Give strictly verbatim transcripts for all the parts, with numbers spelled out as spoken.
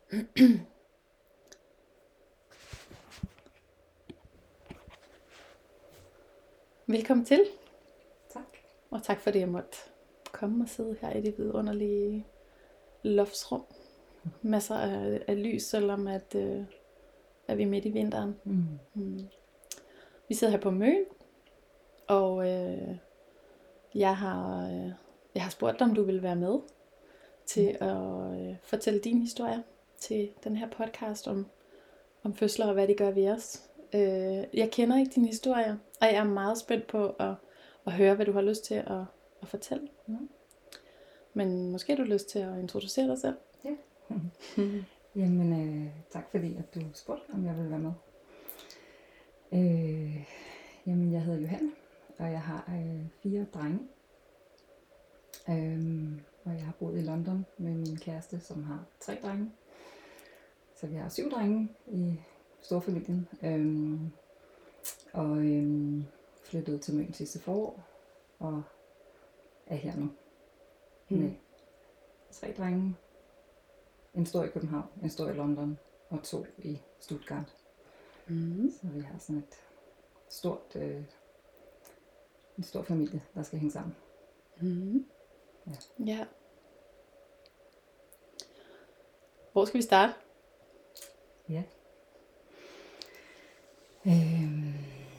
Velkommen til, Tak. og tak fordi jeg måtte komme og sidde her i det vidunderlige loftsrum. Masser af, af lys, selvom at, øh, at vi er midt i vinteren. Mm. Mm. Vi sidder her på Møn, og øh, jeg, har, øh, jeg har spurgt dig, om du vil være med til at øh, fortælle din historie til den her podcast om, om fødsler og hvad de gør ved os. Øh, jeg kender ikke din historie, og jeg er meget spændt på at, at høre, hvad du har lyst til at, at fortælle. Mm. Men måske har du lyst til at introducere dig selv. Ja. Jamen, øh, tak fordi at du spurgte, om jeg vil være med. Øh, jamen, jeg hedder Johanne, og jeg har øh, fire drenge. Øh, og jeg har boet i London med min kæreste, som har tre drenge. Så vi har syv drenge i storfamilien. Øh, og øh, flyttede til Møn sidste forår, og er her nu Mm. med tre drenge. En står i København, en står i London, og to i Stuttgart. Mm. Så vi har sådan et stort, øh, en stor familie, der skal hænge sammen. Mm. Ja. Ja. Hvor skal vi starte? Ja. Øhm.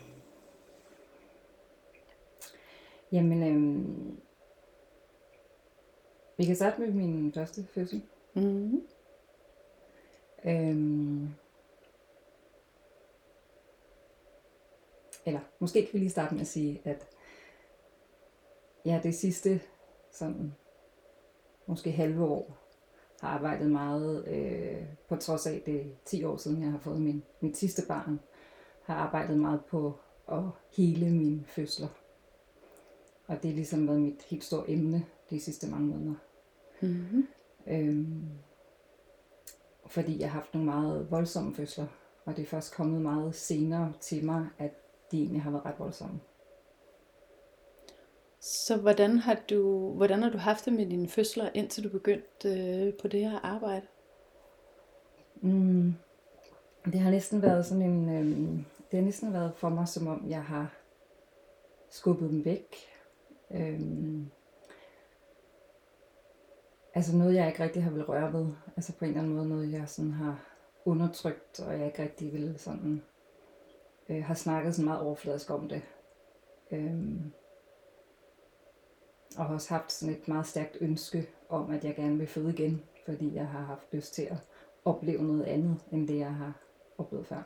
Jamen, øhm. vi kan starte med min første fødsel. Mm. Øhm. Eller måske kan vi lige starte med at sige, at ja, det sidste sådan måske halve år har arbejdet meget, øh, på trods af det er ti år siden jeg har fået min, mit sidste barn, har arbejdet meget på at hele mine fødsler. Og det er ligesom været mit helt store emne de sidste mange måneder. Mm. Øhm, fordi jeg har haft nogle meget voldsomme fødsler, og det er først kommet meget senere til mig, at de egentlig har været ret voldsomme. Så hvordan har du hvordan har du haft det med dine fødsler, indtil du begyndte øh, på det her arbejde? Mm, det har næsten været sådan en, øhm, det har næsten været for mig, som om jeg har skubbet dem væk. Øhm, altså noget, jeg ikke rigtig har vil røre ved. Altså på en eller anden måde noget, jeg sådan har undertrykt, og jeg ikke rigtig vil sådan, øh, har snakket sådan meget overfladisk om det. Øhm, og har også haft sådan et meget stærkt ønske om, at jeg gerne vil føde igen, fordi jeg har haft lyst til at opleve noget andet, end det jeg har oplevet før.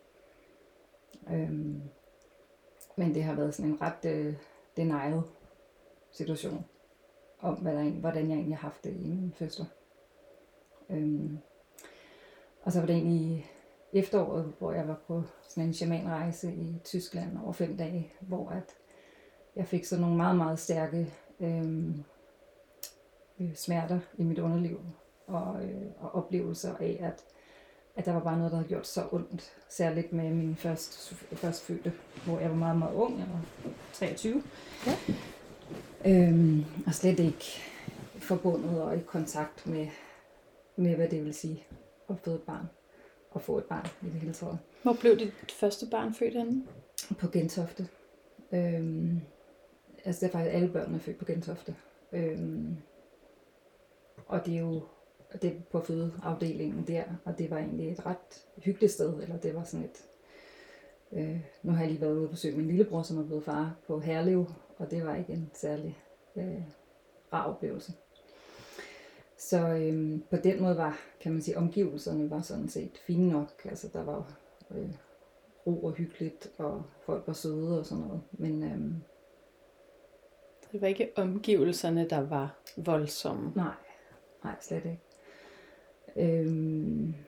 Øhm, men det har været sådan en ret øh, denial situation, om hvad der, hvordan jeg egentlig har haft det i mine fødsler. Øhm, og så var det egentlig i efteråret, hvor jeg var på sådan en shamanrejse i Tyskland over fem dage, hvor at jeg fik sådan nogle meget, meget stærke øhm, øh, smerter i mit underliv, og, øh, og oplevelser af, at, at der var bare noget, der havde gjort så ondt, særligt med min første, førstfødte, hvor jeg var meget, meget ung, jeg var treogtyve. Ja. Øhm, og slet ikke forbundet og i kontakt med, med, hvad det vil sige at føde et barn, og få et barn i det hele taget. Hvor blev dit første barn født henne? På Gentofte. Øhm, altså det er faktisk alle børnene født på Gentofte. Øhm, og det er jo det er på fødeafdelingen der, og det var egentlig et ret hyggeligt sted, eller det var sådan et, øh, nu har jeg lige været ude og besøge min lillebror, som er blevet far på Herlev, og det var ikke en særlig øh, rar oplevelse. Så øhm, på den måde var, kan man sige, omgivelserne var sådan set fine nok, altså der var øh, ro og hyggeligt, og folk var søde og sådan noget, men øhm, Det var ikke omgivelserne, der var voldsomme. nej, nej, slet ikke. Øhm,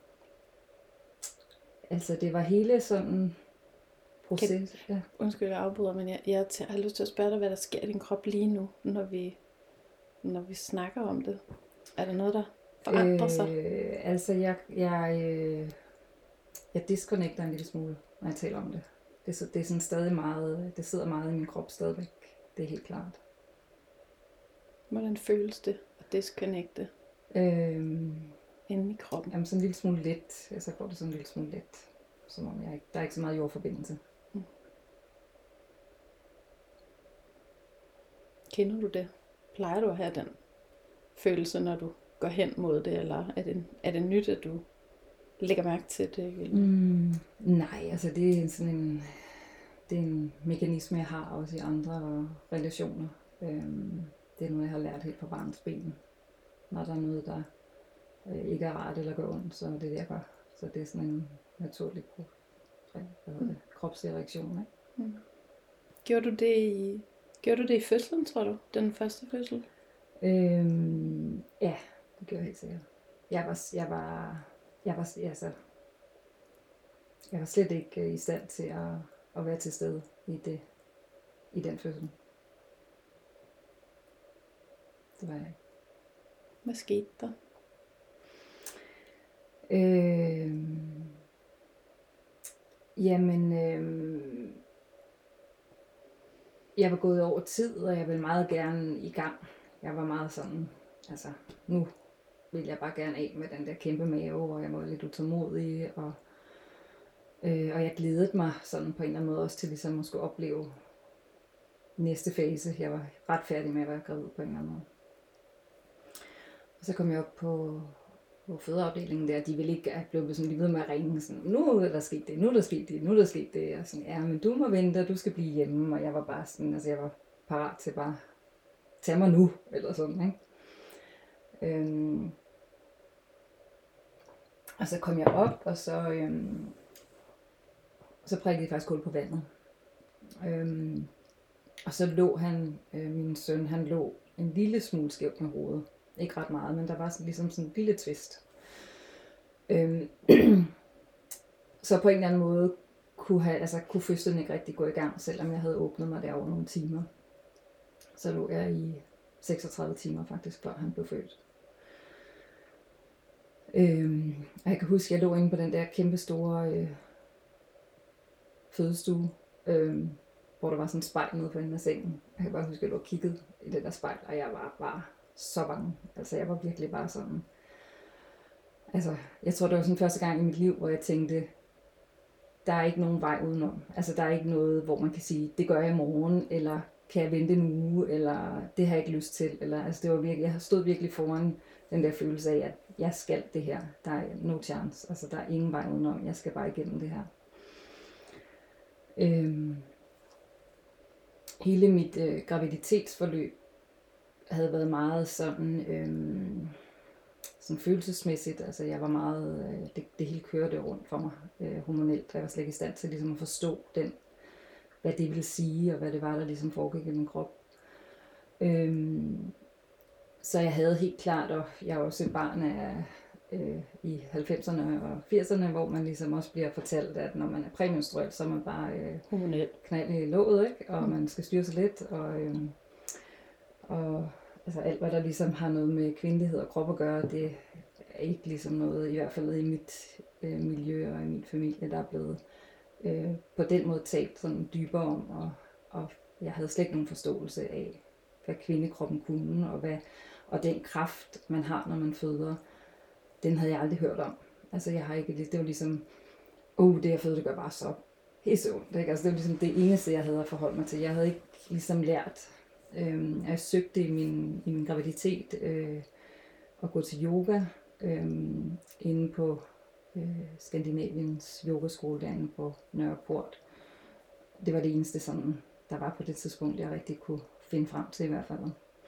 altså det var hele sådan proces. Kan, ja. Undskyld, jeg afbryder, men jeg, jeg har lyst til at spørge dig, hvad der sker i din krop lige nu, når vi, når vi snakker om det. Er der noget, der forandrer øh, sig? Altså jeg, jeg, øh, jeg disconnecter en lille smule, når jeg taler om det. Det, det er sådan stadig meget, det sidder meget i min krop stadigvæk. Det er helt klart. Hvordan føles det at disconnecte? Øhm, inde i kroppen? Jamen sådan en lille smule let. Altså, jeg får det sådan en lille smule let. Som om jeg ikke, der er ikke så meget jordforbindelse. Mm. Kender du det? Plejer du at have den følelse, når du går hen mod det, eller er det, er det nyt, at du lægger mærke til det? Mm, nej, altså det er sådan en, det er en mekanisme, jeg har også i andre relationer. Øhm, det er noget, jeg har lært helt fra barns ben. Når der er noget, der øh, ikke er rart eller gør ondt, så er det det, jeg gør. Så det er sådan en naturlig hvad hedder det, kropslig reaktion. Ikke? Mm. Gjorde du det i, gjorde du det i fødslen, tror du? Den første fødsel? Øhm, ja, det gjorde jeg helt sikkert. Jeg var, jeg var, jeg var, altså, jeg var slet ikke i stand til at, at være til stede i det, i den fødsel. Det var jeg ikke. Hvad skete der? Øhm, jamen, øhm, jeg var gået over tid, og jeg ville meget gerne i gang. Jeg var meget sådan, altså nu vil jeg bare gerne af med den der kæmpe mave, og jeg var lidt utålmodig, og, øh, og jeg glædede mig sådan på en eller anden måde også til ligesom at skulle opleve næste fase. Jeg var ret færdig med at være gravid på en eller anden måde. Og så kom jeg op på, på fødeafdelingen der, de ville ikke, jeg blev sådan lige ved med at ringe, sådan, nu er der sket det, nu er der sket det, nu er der sket det, og sådan, ja, men du må vente, og du skal blive hjemme, og jeg var bare sådan, altså jeg var parat til bare, tag mig nu, eller sådan, ikke? Øhm, og så kom jeg op, og så, øhm, så prikkede jeg faktisk hul på vandet. Øhm, og så lå han, øh, min søn, han lå en lille smule skævt med hovedet. Ikke ret meget, men der var sådan, ligesom sådan en lille twist. Øhm, så på en eller anden måde kunne, have, altså, kunne fødslen ikke rigtig gå i gang, selvom jeg havde åbnet mig der over nogle timer. Så lå jeg i seksogtredive timer faktisk, før han blev født. Øhm, og jeg kan huske, at jeg lå inde på den der kæmpe store øh, fødestue, øh, hvor der var sådan et spejl nede på enden af sengen. Jeg kan bare huske, at jeg lå og kiggede i det der spejl, og jeg var bare så bange. Altså jeg var virkelig bare sådan, altså jeg tror det var sådan første gang i mit liv, hvor jeg tænkte, der er ikke nogen vej udenom. Altså der er ikke noget, hvor man kan sige, det gør jeg i morgen, eller kan jeg vente en uge, eller det har jeg ikke lyst til. Eller, altså det var virkelig, jeg stod virkelig foran den der følelse af, at jeg skal det her. Der er no chance. Altså der er ingen vej udenom. Jeg skal bare igennem det her. Øhm, hele mit øh, graviditetsforløb havde været meget sådan, øhm, sådan følelsesmæssigt. Altså jeg var meget, øh, det, det hele kørte rundt for mig øh, hormonelt. Jeg var slet ikke i stand til ligesom at forstå den, hvad det ville sige, og hvad det var, der ligesom foregik i min krop. Øhm, så jeg havde helt klart, og jeg er også et barn af øh, i halvfemserne og firserne, hvor man ligesom også bliver fortalt, at når man er præmenstruel, så er man bare øh, hormonelt knald i låget, ikke? Og mm. man skal styre sig lidt, og, øh, og altså alt, hvad der ligesom har noget med kvindelighed og krop at gøre, det er ikke ligesom noget, i hvert fald i mit øh, miljø og i min familie, der er blevet øh, på den måde talt sådan dybere om, og, og jeg havde slet ikke nogen forståelse af, hvad kvindekroppen kunne, og, hvad, og den kraft, man har, når man føder, den havde jeg aldrig hørt om. Altså jeg har ikke, det var ligesom, åh, oh, det jeg føder, det gør bare så pisse ondt, ikke? Altså det var ligesom det eneste, jeg havde at forholde mig til. Jeg havde ikke ligesom lært, øh, jeg søgte i min, i min graviditet øh, at gå til yoga øh, inde på øh, Skandinaviens yogaskole derinde på Nørreport. Det var det eneste, sådan, der var på det tidspunkt, jeg rigtig kunne finde frem til i hvert fald.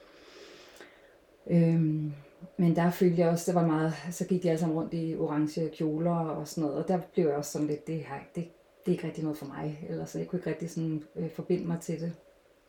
Øhm, men der følte jeg også, det var meget, så gik de alle sammen rundt i orange kjoler og sådan noget, og der blev jeg også sådan lidt, det her, det, det er ikke rigtig noget for mig, eller så jeg kunne ikke rigtig sådan øh, forbinde mig til det.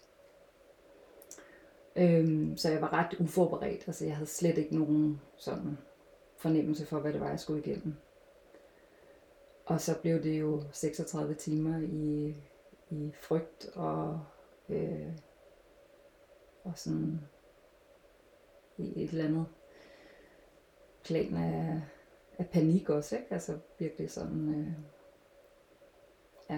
Øhm, så jeg var ret uforberedt, altså jeg havde slet ikke nogen sådan fornemmelse for, hvad det var, jeg skulle igennem. Og så blev det jo seksogtredive timer i, i frygt og, øh, og sådan i et eller andet plan af, af panik også, ikke? Altså virkelig sådan, øh, ja.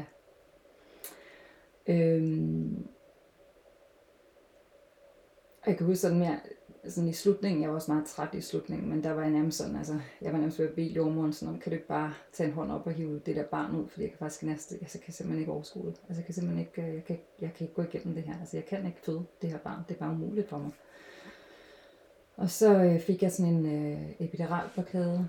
Øhm, jeg kan huske sådan mere, sådan i slutningen, jeg var også meget træt i slutningen, men der var jeg nærmest sådan, altså, jeg var nærmest ved at bede jordmoren sådan, kan du ikke bare tage en hånd op og hive det der barn ud, fordi jeg kan faktisk næste, altså, jeg kan simpelthen ikke overskue det. Altså, jeg kan simpelthen ikke, jeg kan, jeg kan ikke gå igennem det her. Altså, jeg kan ikke føde det her barn. Det er bare umuligt for mig. Og så øh, fik jeg sådan en øh, epiduralblokade.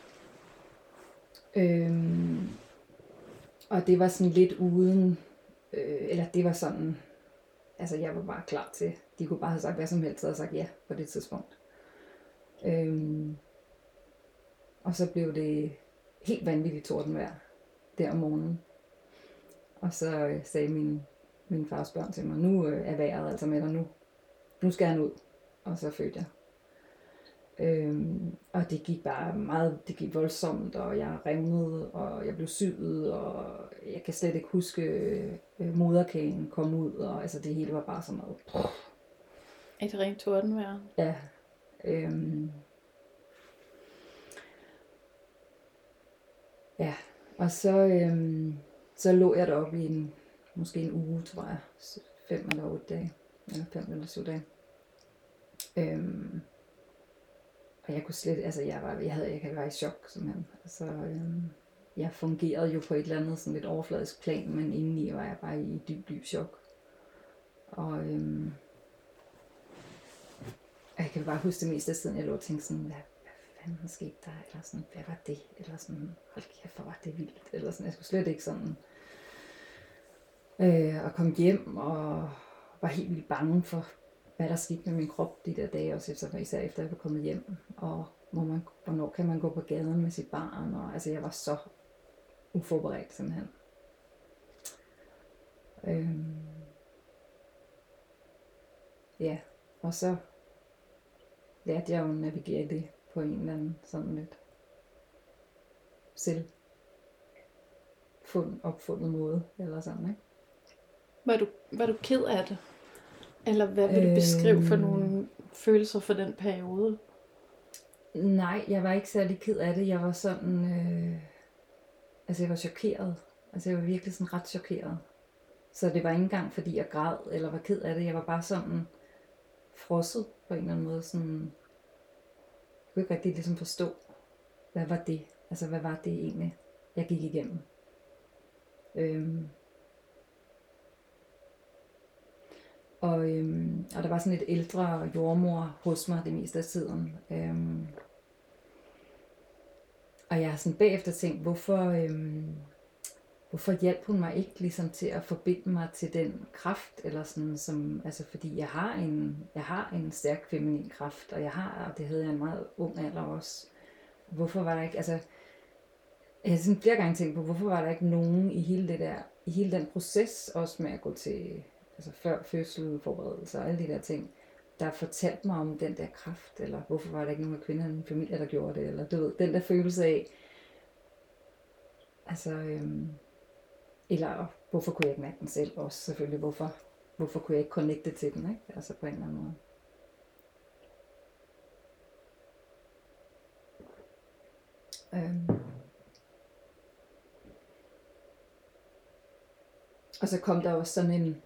Øhm, og det var sådan lidt uden, øh, eller det var sådan, altså jeg var bare klar til, de kunne bare have sagt hvad som helst, og sagt ja på det tidspunkt. Øhm, og så blev det helt vanvittigt tordenvejr der om morgenen. Og så øh, sagde min, min fars børn til mig, nu øh, er vejret altså med dig nu. Nu skal han ud. Og så fødte jeg. Øhm, og det gik bare meget, det gik voldsomt, og jeg revnede, og jeg blev syet, og jeg kan slet ikke huske øh, moderkagen kom ud, og altså det hele var bare sådan noget. Et rent tordenvejr. Ja. Øhm, ja, og så, øhm, så lå jeg deroppe i en, måske en uge, tror jeg, fem eller otte dage, eller fem eller syv dage. Øhm, og jeg kunne slet, altså jeg var, jeg havde, jeg kan være i chok simpelthen. Altså, øhm, jeg fungerede jo på et eller andet sådan lidt overfladisk plan, men indeni var jeg bare i dyb, dyb chok. Og øhm, jeg kan bare huske det meste af tiden, jeg lå og tænkte sådan, hvad, hvad fanden skete der? Eller sådan, hvad var det? Eller sådan, hold kæft, hvor var det vildt? Eller sådan, jeg skulle slet ikke sådan øh, at komme hjem og var helt vildt bange for, hvad der skete med min krop de der dage, også efter, især efter jeg var kommet hjem. Og hvor man, hvornår kan man gå på gaden med sit barn? Og, altså, jeg var så uforberedt simpelthen. Øhm, ja, og så lærte jeg jo at navigere det på en eller anden sådan lidt selv fund, opfundet måde, eller sådan, ikke? Var du, var du ked af det? Eller hvad vil du beskrive for nogle følelser for den periode? Nej, jeg var ikke særlig ked af det. Jeg var sådan, øh, altså jeg var chokeret. Altså jeg var virkelig sådan ret chokeret. Så det var ikke engang fordi jeg græd eller var ked af det. Jeg var bare sådan frosset på en eller anden måde. Sådan, jeg kunne ikke rigtig ligesom forstå, hvad var det? Altså hvad var det egentlig, jeg gik igennem? Øhm. Og, øhm, og der var sådan et ældre jordmor hos mig det meste af tiden. Øhm, og jeg har sådan bagefter tænkt, hvorfor, øhm, hvorfor hjalp hun mig ikke ligesom til at forbinde mig til den kraft, eller sådan som, altså fordi jeg har en, jeg har en stærk feminin kraft, og jeg har, og det havde jeg en meget ung alder også. Hvorfor var der ikke, altså, jeg har sådan flere gange tænkt på, hvorfor var der ikke nogen i hele det der, i hele den proces, også med at gå til, altså før fødsel, forberedelse og alle de der ting, der fortalte mig om den der kraft, eller hvorfor var der ikke nogen af kvinderne i min familie, der gjorde det, eller du ved, den der følelse af, altså, øhm, eller hvorfor kunne jeg ikke mærke den selv også, selvfølgelig, hvorfor, hvorfor kunne jeg ikke connecte til den, ikke? Altså på en eller anden måde. Øhm. Og så kom der også sådan en,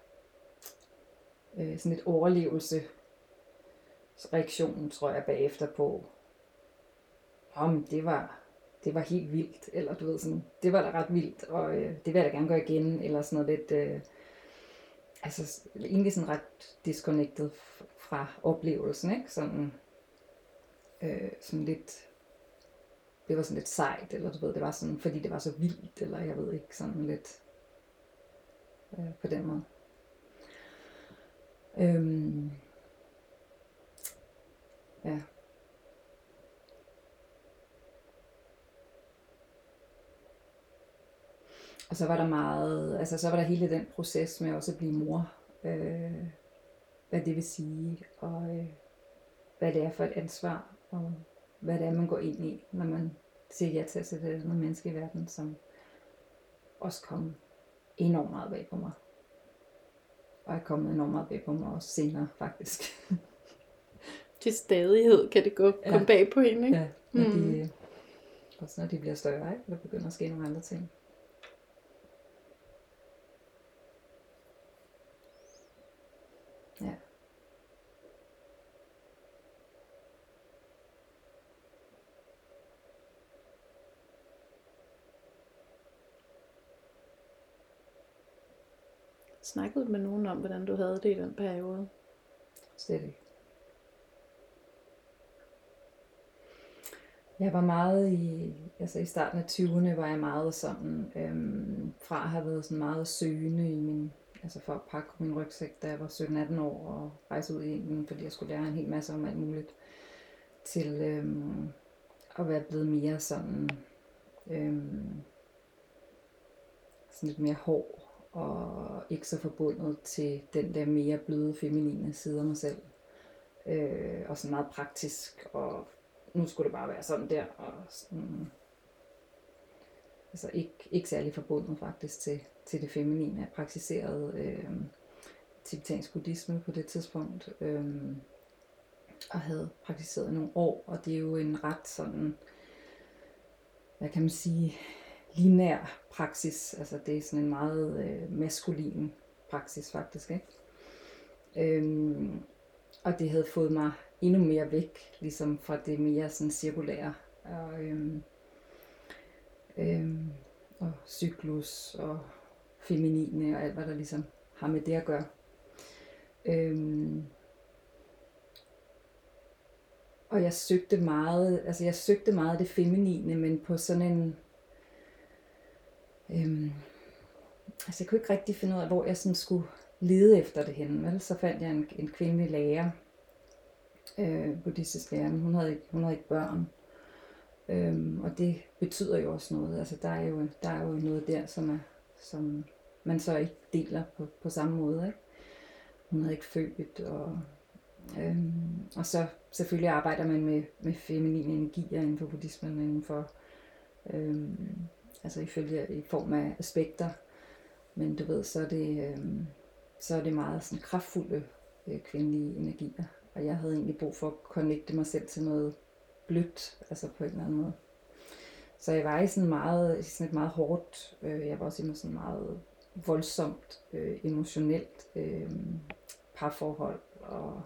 øh, sådan et overlevelse reaktion, tror jeg, bagefter på, om det var, det var helt vildt, eller du ved sådan, det var da ret vildt, og øh, det vil jeg da gerne gøre igen, eller sådan noget lidt, øh, altså egentlig sådan ret disconnected fra oplevelsen, ikke? Sådan, øh, sådan lidt, det var sådan lidt sejt, eller du ved, det var sådan, fordi det var så vildt, eller jeg ved ikke, sådan lidt, øh, på den måde. Øhm, ja. Og så var der meget, altså så var der hele den proces med også at blive mor, øh, hvad det vil sige, og øh, hvad det er for et ansvar, og hvad det er, man går ind i, når man siger ja til at sætte et andet menneske i verden, som også kom enormt meget bag på mig. Og er kommet enormt meget bag på mig også senere, faktisk. Til stadighed kan det gå Ja. komme bag på hende, ikke? Ja, når Mm. de, også når de bliver større, ikke? Der begynder at ske nogle andre ting. Ja. snakket med nogen om, hvordan du havde det i den periode? Slet ikke. Jeg var meget i, altså i starten af tyverne var jeg meget sådan, øhm, fra at have været sådan meget søgende i min, altså for at pakke min rygsæk, da jeg var sytten atten år og rejse ud i Indien, fordi jeg skulle lære en hel masse om alt muligt, til øhm, at være blevet mere sådan, øhm, sådan lidt mere hård og ikke så forbundet til den der mere bløde feminine side af mig selv. Øh, og sådan meget praktisk, og nu skulle det bare være sådan der, og sådan, altså ikke, ikke særlig forbundet faktisk til, til det feminine. Jeg praktiserede øh, tibetansk buddhisme på det tidspunkt, øh, og havde praktiseret nogle år, og det er jo en ret sådan, hvad kan man sige, linær praksis, altså det er sådan en meget øh, maskulin praksis faktisk, ikke? Øh, og det havde fået mig endnu mere væk, ligesom fra det mere sådan cirkulære, og, øhm, øhm, og cyklus og feminine og alt, hvad der ligesom har med det at gøre. Øhm, og jeg søgte meget, altså jeg søgte meget det feminine, men på sådan en, øhm, altså jeg kunne ikke rigtig finde ud af, hvor jeg sådan skulle lede efter det henne, vel? Så fandt jeg en, en kvindelig lærer, Øh, buddhistisk lærer, men hun havde ikke, hun havde ikke børn. Øhm, og det betyder jo også noget. Altså der er jo, der er jo noget der, som, er, som man så ikke deler på, på samme måde. Ikke? Hun havde ikke født. Og, øhm, og så selvfølgelig arbejder man med, med feminine energier inden for buddhismen, inden for, øhm, altså ifølge, i form af aspekter. Men du ved, så er det, øhm, så er det meget sådan kraftfulde øh, kvindelige energier. Og jeg havde egentlig brug for at connecte mig selv til noget blødt, altså på en eller anden måde. Så jeg var i sådan meget, sådan et meget hårdt, øh, jeg var også i sådan meget voldsomt, øh, emotionelt øh, parforhold. Og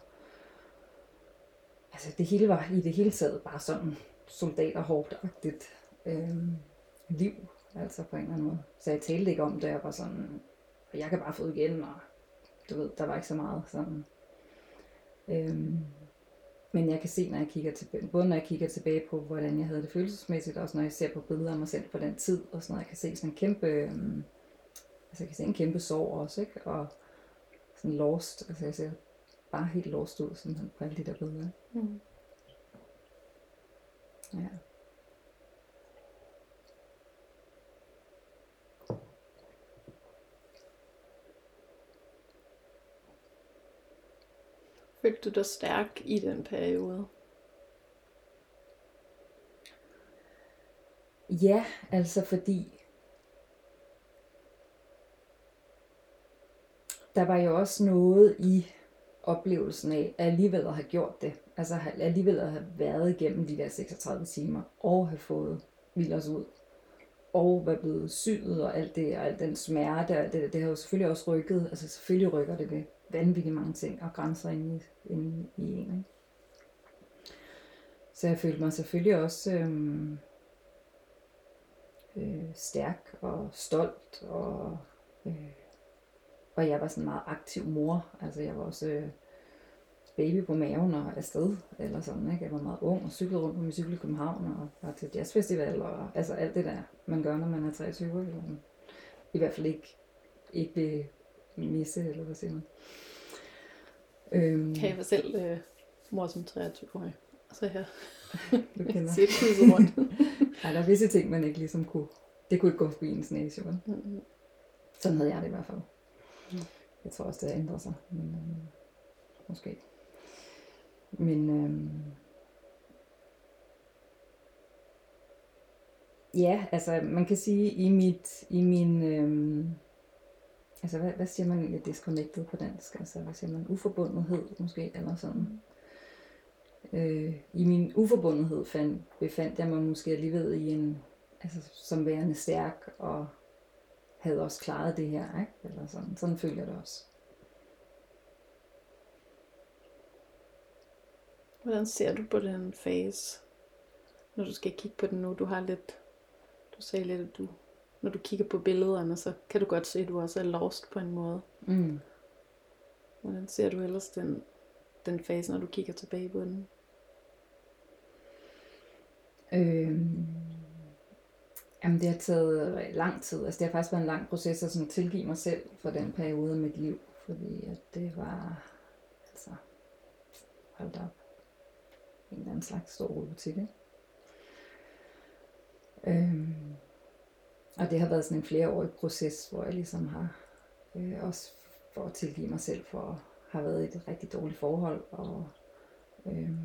altså det hele var i det hele taget bare sådan soldaterhårdt-agtigt øh, liv, altså på en eller anden måde. Så jeg talte ikke om det, jeg var sådan, jeg kan bare få igen, og du ved, der var ikke så meget sådan. Øhm, men jeg kan se, når jeg kigger tilbage, både når jeg kigger tilbage på, hvordan jeg havde det følelsesmæssigt, og også når jeg ser på billeder af mig selv på den tid, og sådan noget, jeg kan se sådan en kæmpe, øhm, altså jeg kan se en kæmpe sorg også, ikke? Og sådan lost, altså jeg ser bare helt lost ud, sådan på alle de der billeder. Mm. Ja. Følte du dig stærk i den periode? Ja, altså fordi der var jo også noget i oplevelsen af at alligevel at have gjort det. Altså alligevel at have været igennem de der seksogtredive timer og have fået vildt os ud. Og være blevet syet og alt det, og al den smerte, og det, det har jo selvfølgelig også rykket. Altså selvfølgelig rykker det ved vanvittigt mange ting og grænser inde i, inde i en. Ikke? Så jeg følte mig selvfølgelig også øhm, øh, stærk og stolt, og, øh, og jeg var sådan en meget aktiv mor. Altså jeg var også øh, baby på maven og afsted, eller sådan, ikke? Jeg var meget ung og cyklede rundt på min cykel i København og var til jazzfestival, og altså alt det der, man gør, når man er treogtyve, eller i hvert fald ikke, ikke vil misse, eller hvad siger man. Øhm. Kan jeg være selv øh, mor som treogtyve-årig? Altså her. Du kender. Sæt rundt. Nej, der er visse ting, man ikke ligesom kunne, det kunne ikke gå forbi ens næse, vel? Mm-hmm. Sådan havde jeg det i hvert fald. Mm. Jeg tror også, det har ændret sig, men øhm, måske. Men øhm, ja, altså man kan sige i mit, i min, øhm, altså hvad, hvad siger man egentlig disconnected på dansk? Altså hvad siger man, uforbundethed måske, eller sådan. Mm. Øh, I min uforbundethed fandt, befandt jeg mig måske alligevel i en, altså som værende stærk, og havde også klaret det her, ikke? Eller sådan, sådan føler jeg det også. Hvordan ser du på den fase, når du skal kigge på den nu? Du har lidt, du sagde lidt, at du når du kigger på billederne, så kan du godt se, at du også er lost på en måde. Mm. Hvordan ser du ellers den, den fase, når du kigger tilbage på den? Øhm, jamen det har taget lang tid. Altså det har faktisk været en lang proces at sådan tilgive mig selv for den periode af mit liv. Fordi at det var, altså, hold da op, en eller anden slags stor rodebutik, ikke? Øhm, og det har været sådan en flereårig proces, hvor jeg ligesom har, øh, også for at tilgive mig selv for at have været i et rigtig dårligt forhold, og øhm,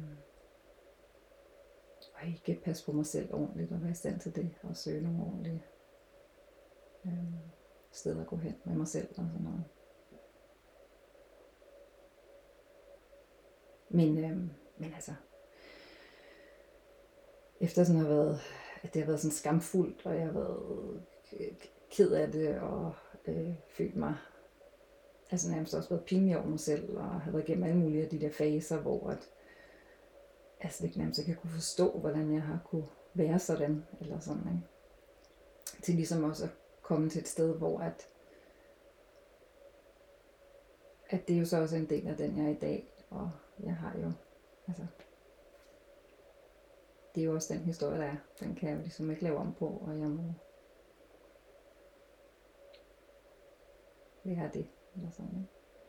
og ikke passe på mig selv ordentligt, og være i stand til det, og søge nogle ordentlige øh, steder at gå hen med mig selv, og sådan noget. Men, øh, men altså, efter sådan har været, at det har været sådan skamfuldt, og jeg har været ked af det, og øh, følt mig, altså nærmest også været pinlig over mig selv, og har været igennem alle mulige af de der faser, hvor at, altså det nærmest ikke jeg kunne forstå, hvordan jeg har kunne være sådan, eller sådan, ikke? Til ligesom også at komme til et sted, hvor at, at det er jo så også en del af den, jeg er i dag, og jeg har jo, altså, det er jo også den historie, der er. Den kan jeg jo ligesom ikke lave om på, og jeg må lære det, eller sådan, ikke?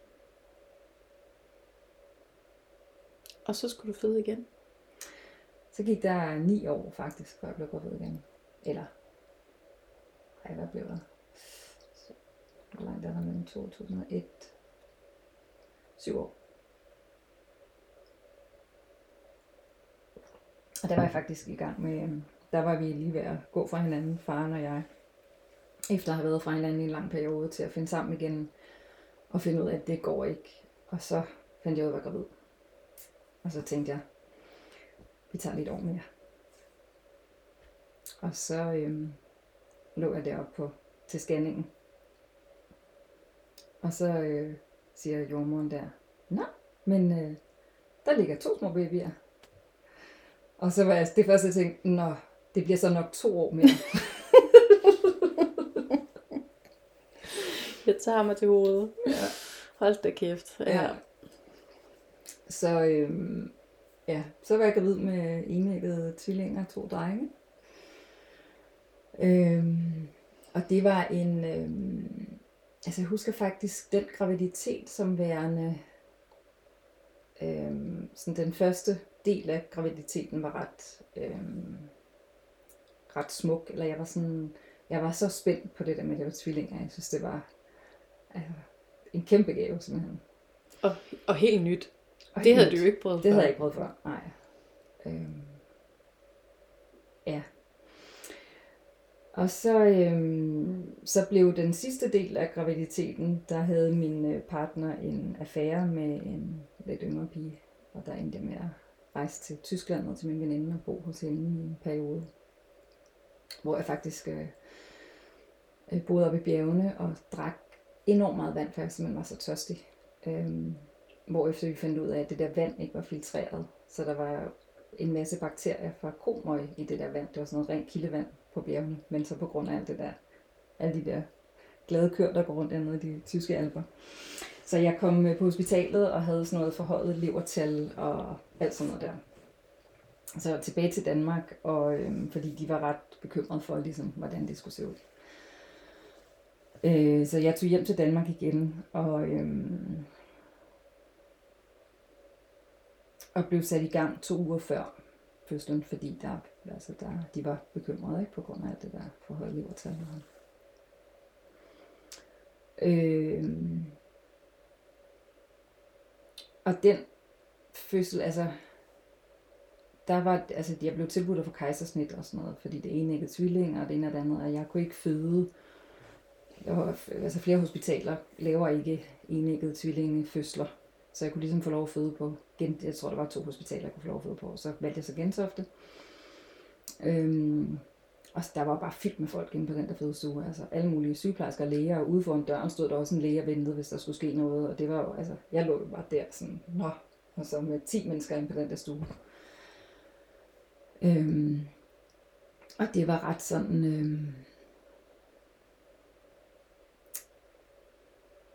Og så skulle du føde igen? Så gik der ni år faktisk, før jeg blev gravid igen. Eller, ej, hvad blev der? Hvor langt er der mellem to tusind og et? Syv år. Og der var jeg faktisk i gang med, der var vi lige ved at gå fra hinanden, faren og jeg, efter at have været fra hinanden i en lang periode, til at finde sammen igen, og finde ud af, at det går ikke. Og så fandt jeg ud af at være gravid. Og så tænkte jeg, vi tager lidt år mere. Og så øhm, lå jeg deroppe på, til scanningen. Og så øh, siger jordmoren der, nå, men øh, der ligger to små babyer. Og så var jeg det første, jeg tænkte, nå, det bliver så nok to år mere. Jeg tager mig til hovedet. Ja. Hold da kæft. Ja. Ja. Så, øhm, ja, så var jeg gravid med enæggede tvillinger, to drenge. Øhm, og det var en, øhm, altså jeg husker faktisk den graviditet som værende, øhm, sådan den første del af graviditeten var ret, øhm, ret smuk, eller jeg var sådan, jeg var så spændt på det der med, at jeg var tvillinger. Jeg synes, det var altså, en kæmpe gave, simpelthen. Og, og helt nyt. Og det havde nyt. du jo ikke prøvet Det før. havde jeg ikke prøvet før, nej. Øhm, ja. Og så, øhm, så blev den sidste del af graviditeten, der havde min partner en affære med en lidt yngre pige. Og der endte jeg med at rejse til Tyskland og til min veninde og bo hos hende i en periode. Hvor jeg faktisk øh, boede oppe i bjergene og drak enormt meget vand, for jeg simpelthen var så tørstig. Øhm, hvor efter vi fandt ud af, at det der vand ikke var filtreret. Så der var en masse bakterier fra komøg i det der vand. Det var sådan noget rent kildevand på bjergene. Men så på grund af alt det der, alle de der glade køer, der går rundt dernede i de tyske alper. Så jeg kom på hospitalet og havde sådan noget forhøjet levertal og alt sådan noget der. Så tilbage til Danmark, og, øhm, fordi de var ret bekymrede for, ligesom, hvordan det skulle se ud. Øh, så jeg tog hjem til Danmark igen, og, øhm, og blev sat i gang to uger før fødslen, fordi der, altså der, de var bekymrede, ikke, på grund af alt det der forhøjet levertal. Øh, og den fødsel, altså der var, altså jeg blev tilbudt at få kejsersnit og sådan noget, fordi det ene ikke tvillinger, og det ene og det andet, og jeg kunne ikke føde. Og, altså flere hospitaler laver ikke enæggede tvillingefødsler, så jeg kunne ligesom få lov at føde på, gen, jeg tror der var to hospitaler, jeg kunne få lov at føde på, og så valgte jeg så Gentofte. Øhm, og der var bare fyldt med folk inde på den der fødestue, altså alle mulige sygeplejersker og læger, og ude foran døren stod der også en læge og ventede, hvis der skulle ske noget, og det var jo, altså, jeg lå jo bare der sådan, nå, og så med ti mennesker inde på den der stue. Øhm, og det var ret sådan, øhm,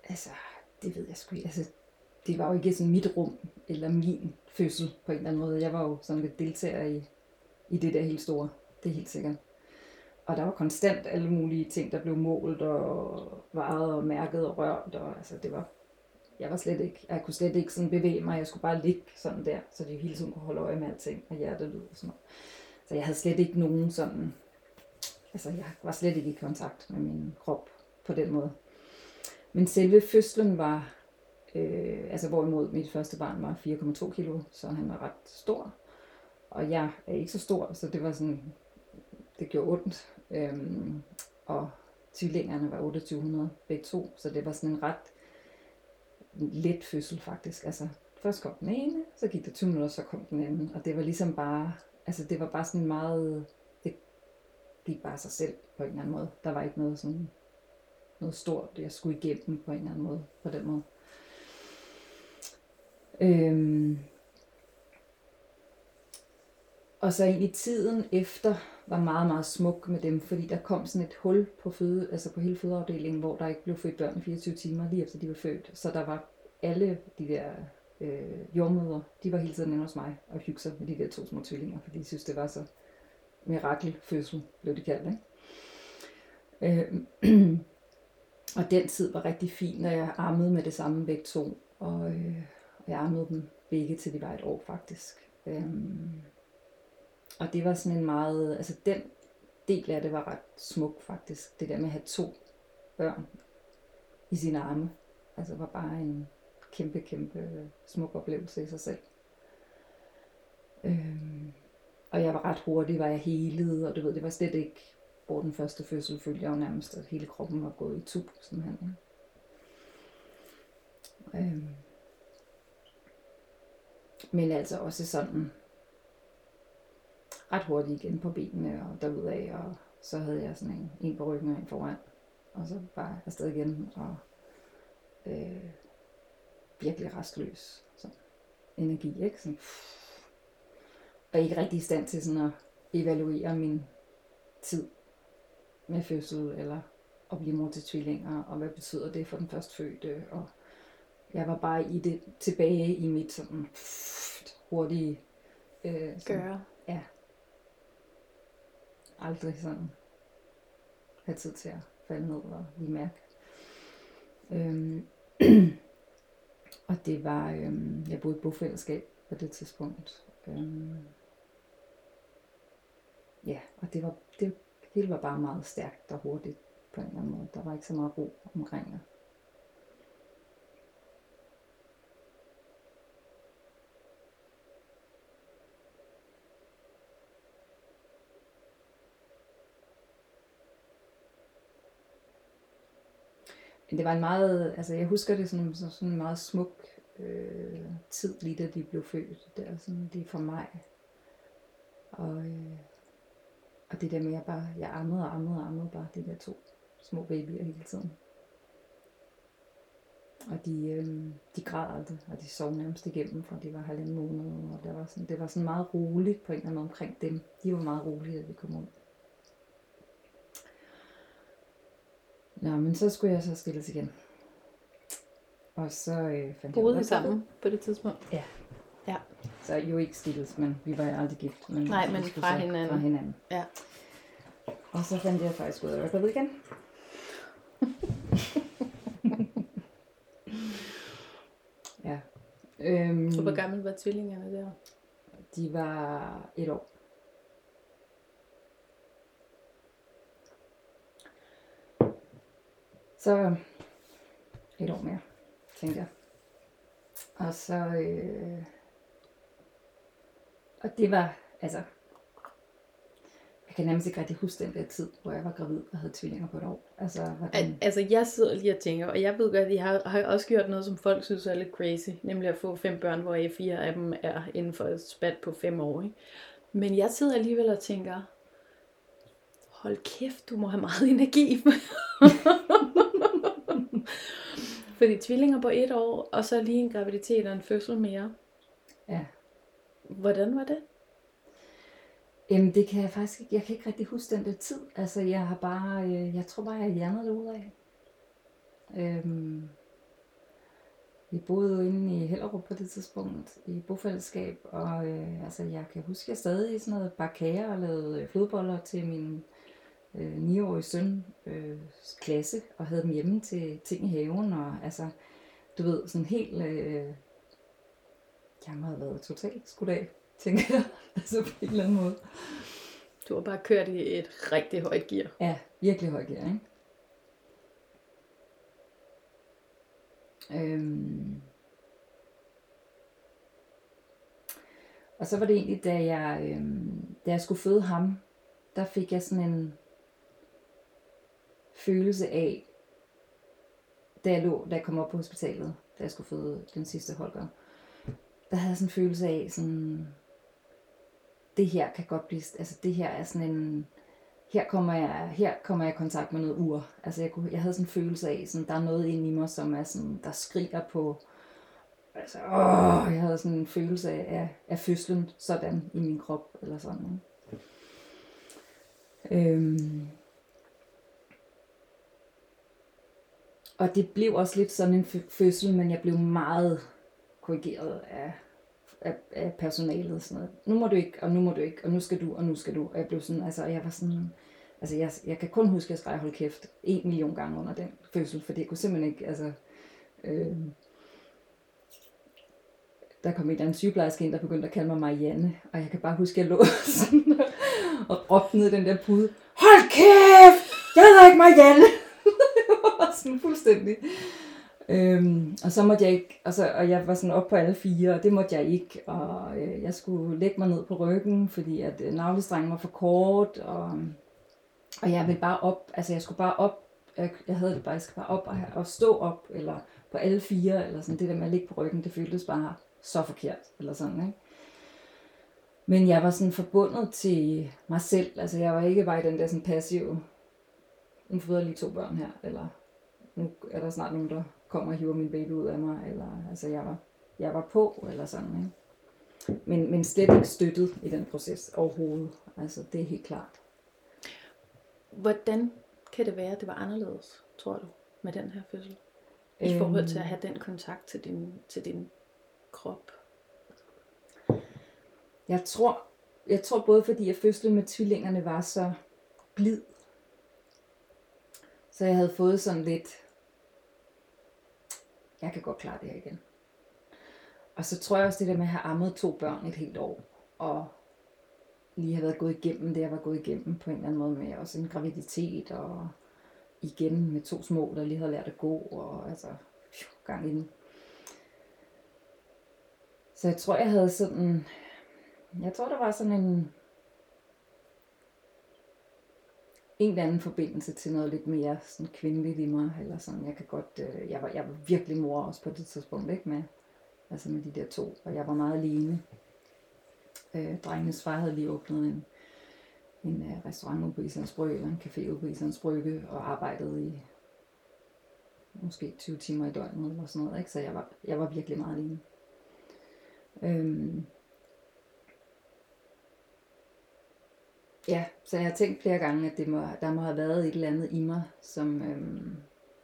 altså, det ved jeg sgu ikke. Altså, det var jo ikke sådan mit rum, eller min fødsel på en eller anden måde. Jeg var jo sådan lidt deltager i, i det der helt store. Det er helt sikkert. Og der var konstant alle mulige ting, der blev målt og vejet og mærket og rørt. Og, altså, det var, jeg var slet ikke, jeg kunne slet ikke sådan bevæge mig. Jeg skulle bare ligge sådan der, så de hele tiden kunne holde øje med alting og hjertelyd og sådan noget. Så jeg havde slet ikke nogen sådan, altså jeg var slet ikke i kontakt med min krop på den måde. Men selve fødslen var, øh, altså hvorimod mit første barn var fire komma to kilo, så han var ret stor. Og jeg er ikke så stor, så det var sådan, det gjorde ondt. Øhm, og tvillingerne var otteogtyve hundrede begge to, så det var sådan en ret let fødsel faktisk. Altså først kom den ene, så gik der tyve minutter, så kom den anden. Og det var ligesom bare, altså det var bare sådan meget, det gik bare sig selv på en eller anden måde. Der var ikke noget sådan, noget stort, jeg skulle igennem på en eller anden måde, på den måde. Øhm. Og så egentlig tiden efter var meget, meget smuk med dem, fordi der kom sådan et hul på, føde, altså på hele fødeafdelingen, hvor der ikke blev født børn i fireogtyve timer, lige efter de var født. Så der var alle de der øh, jordmødre, de var hele tiden inde hos mig og hyggede sig med de der to små tvillinger, fordi de synes det var så mirakelfødsel, blev det kaldt, ikke? Øh, og den tid var rigtig fin, og jeg ammede med det samme begge to, og øh, jeg ammede dem begge til de var et år faktisk. Øh, Og det var sådan en meget, altså den del af det var ret smuk faktisk. Det der med at have to børn i sine arme. Altså var bare en kæmpe, kæmpe smuk oplevelse i sig selv. Øhm, og jeg var ret hurtig, var jeg helet, og du ved, det var slet ikke, hvor den første fødsel følte jeg jo nærmest, at hele kroppen var gået i tub, simpelthen. Ja. Øhm, men altså også sådan, ret hurtigt igen på benene og derudad, og så havde jeg sådan en, en på ryggen og en foran, og så bare afsted igen, og øh, virkelig restløs, sådan energi, ikke? Sådan, og ikke rigtig i stand til sådan at evaluere min tid med fødsel, eller at blive mor til tvillinger, og hvad betyder det for den førstfødte, og jeg var bare i det, tilbage i mit sådan hurtige øh, sådan, Gøre. Ja. Aldrig sådan have tid til at falde ned og lige mærke. Øhm. Og det var, øhm, jeg boede i et bofællesskab på det tidspunkt. Øhm. Ja, og det var, det hele var bare meget stærkt og hurtigt på en eller anden måde. Der var ikke så meget ro omkring det. Det var en meget, altså jeg husker det som sådan, sådan en meget smuk øh, tid, lige da de blev født. Det er sådan, det er for mig. Og, øh, og det der med, at jeg bare, jeg ammede og ammede og ammede bare de der to små babyer hele tiden. Og de, øh, de græd aldrig, og de sov nærmest igennem, for de var halvanden måned. Og det var, sådan, det var sådan meget roligt på en eller anden måde omkring dem. De var meget rolige, da vi kom ud. Nå, men så skulle jeg så skilles igen. Og så øh, fandt Boede jeg I sammen på det tidspunkt? Ja. Ja. Så jo ikke skilles, men vi var aldrig gift. Men Nej, men vi skulle fra så hinanden. Fra hinanden. Ja. Og så fandt jeg faktisk ud af, at jeg var gravid igen. Ja. Øhm, Så hvor gammel var tvillingerne der? De var et år. Så et år mere, tænkte jeg. Og så, øh, og det var, altså, jeg kan nærmest ikke rigtig huske den der tid, hvor jeg var gravid og havde tvillinger på et år. Altså, hvordan... Al- altså jeg sidder lige og tænker, og jeg ved godt, at jeg har, har også gjort noget, som folk synes er lidt crazy, nemlig at få fem børn, hvor jeg fire af dem er inden for et spat på fem år. Ikke? Men jeg sidder alligevel og tænker, hold kæft, du må have meget energi. Fordi tvillinger på et år, og så lige en graviditet og en fødsel mere. Ja. Hvordan var det? Jamen det kan jeg faktisk ikke, jeg kan ikke rigtig huske den der tid. Altså jeg har bare, øh, jeg tror bare jeg hjernede det ud af. Øhm, vi boede inde i Hellerup på det tidspunkt, i bofællesskab, og øh, altså, jeg kan huske, at jeg stadig sådan noget barkager og lavede flødeboller til min øh, niårige søn øh, klasse, og havde dem hjemme til ting i haven, og altså, du ved, sådan helt, øh, jeg må have været totalt skudt af, tænker jeg, altså på en eller anden måde. Du har bare kørt i et rigtig højt gear. Ja, virkelig højt gear, ikke? Øhm. Og så var det egentlig, da jeg, øhm, da jeg skulle føde ham, der fik jeg sådan en følelse af, da jeg lå, da jeg kom op på hospitalet, da jeg skulle føde den sidste Holger, der havde jeg sådan en følelse af, sådan, det her kan godt blive, altså det her er sådan en, her kommer jeg, her kommer jeg i kontakt med noget ur. Altså jeg, kunne, jeg havde sådan en følelse af, sådan, der er noget inde i mig, som er sådan, der skriger på, altså åh, jeg havde sådan en følelse af, af, af fødslen sådan i min krop, eller sådan. Øhm. Og det blev også lidt sådan en fødsel, men jeg blev meget korrigeret af, af, af personalet. Sådan noget. Nu må du ikke, og nu må du ikke, og nu skal du, og nu skal du. Og jeg blev sådan, altså jeg var sådan, altså jeg, jeg kan kun huske, at jeg skreg hold kæft en million gange under den fødsel, for det kunne simpelthen ikke, altså, øh, der kom en eller anden sygeplejerske ind, der begyndte at kalde mig Marianne, og jeg kan bare huske, at jeg lå sådan og råbte ned i den der pude, hold kæft, jeg hedder ikke Marianne. Sådan fuldstændig. Øhm, og så måtte jeg ikke, og, så, og jeg var sådan oppe på alle fire, og det måtte jeg ikke, og øh, jeg skulle lægge mig ned på ryggen, fordi at øh, navlestrengen var for kort, og, og jeg ville bare op, altså jeg skulle bare op, jeg, jeg havde det bare, jeg skulle bare op og, og stå op, eller på alle fire, eller sådan, det der med at ligge på ryggen, det føltes bare så forkert, eller sådan, ikke? Men jeg var sådan forbundet til mig selv, altså jeg var ikke bare i den der sådan passive, nu føder jeg lige to børn her, eller nu er der snart nogen, der kommer og hiver min baby ud af mig, eller altså jeg var, jeg var på, eller sådan, ikke? Men, men slet ikke støttet i den proces overhovedet, altså det er helt klart. Hvordan kan det være, at det var anderledes, tror du, med den her fødsel? I forhold til at have den kontakt til din, til din krop? Jeg tror, jeg tror både fordi, at fødslen med tvillingerne var så blid, så jeg havde fået sådan lidt, jeg kan godt klare det her igen. Og så tror jeg også det der med at have ammet to børn et helt år, og lige have været gået igennem det, jeg var gået igennem på en eller anden måde med også en graviditet, og igen med to små, der lige havde lært at gå, og altså gang i den. Så jeg tror, jeg havde sådan, jeg tror, der var sådan en, en eller anden forbindelse til noget lidt mere sådan kvindeligt i mig, eller sådan, jeg kan godt, øh, jeg, var, jeg var virkelig mor også på det tidspunkt, ikke, med, altså med de der to, og jeg var meget alene. Øh, drengenes far havde lige åbnet en, en uh, restaurant ude på Islands Brygge, eller en café ude på Islands Brygge, og arbejdede i måske tyve timer i døgnet, eller sådan noget, ikke, så jeg var, jeg var virkelig meget alene. Øhm, Ja, så jeg har tænkt flere gange, at det må, der må have været et eller andet i mig, som øhm,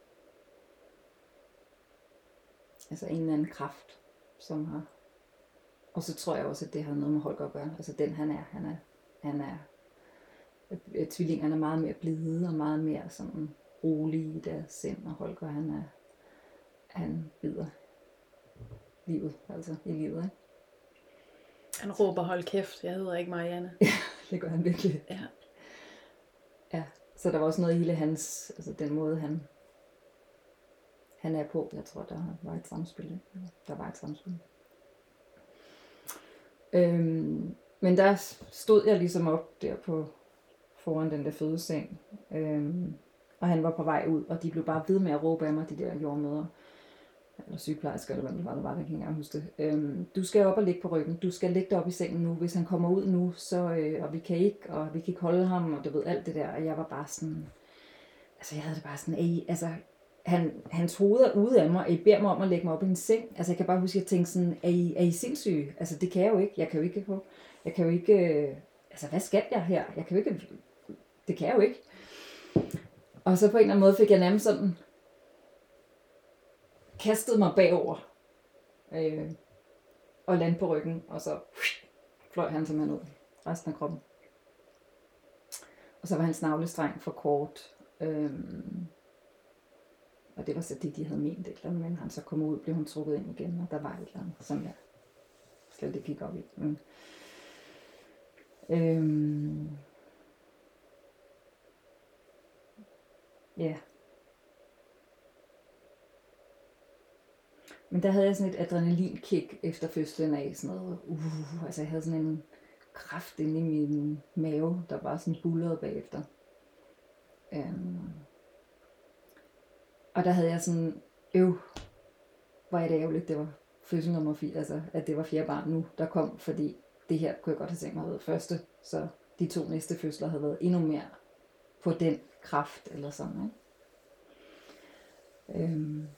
altså en eller anden kraft, som har, og så tror jeg også, at det har noget med Holger at gøre. Altså den han er, han er, han er, øh, tvillingerne er meget mere blide og meget mere sådan rolige i deres sind, og Holger han er, han bider livet, altså i livet, ikke? Han råber, hold kæft, jeg hedder ikke Marianne. Ja, det gør han virkelig. Ja. Ja, så der var også noget i hele hans, altså den måde han, han er på. Jeg tror, der var et samspil, ikke? Der var et samspil. Øhm, men der stod jeg ligesom op der på, foran den der fødeseng. Øhm, og han var på vej ud, og de blev bare ved med at råbe af mig, de der jordmødre. Eller sygeplejersker, eller hvem det var, der var, der kan ikke engang huske det. Øhm, du skal op og ligge på ryggen. Du skal ligge dig op i sengen nu. Hvis han kommer ud nu, så, øh, og vi kan ikke, og vi kan ikke holde ham, og du ved alt det der. Og jeg var bare sådan, altså jeg havde det bare sådan, ej, altså han, hans hoved er ude af mig, og I beder mig om at lægge mig op i en seng. Altså jeg kan bare huske, at jeg tænkte sådan, er I, er I sindssyge? Altså det kan jeg jo ikke. Jeg kan jo ikke, jeg kan jo ikke, øh, altså hvad skal jeg her? Jeg kan jo ikke, det kan jeg jo ikke. Og så på en eller anden måde fik jeg nærmest sådan, kastede mig bagover, øh, og landede på ryggen, og så fløj han simpelthen ud resten af kroppen. Og så var hans navlestreng for kort, øhm, og det var så det, de havde ment et eller andet, men han så kom ud, blev hun trukket ind igen, og der var et eller andet, som jeg slet ikke gik op i. Men, øhm, ja. Men der havde jeg sådan et adrenalinkick efter fødslen af sådan noget, uh, altså jeg havde sådan en kraft inde i min mave, der bare sådan bullede bagefter. Um, og der havde jeg sådan, øv, hvor er det ærgerligt, det var fødsel nummer fire, altså at det var fjerde barn nu, der kom, fordi det her kunne jeg godt have tænkt mig at have været første, så de to næste fødsler havde været endnu mere på den kraft, eller sådan, ikke? Um,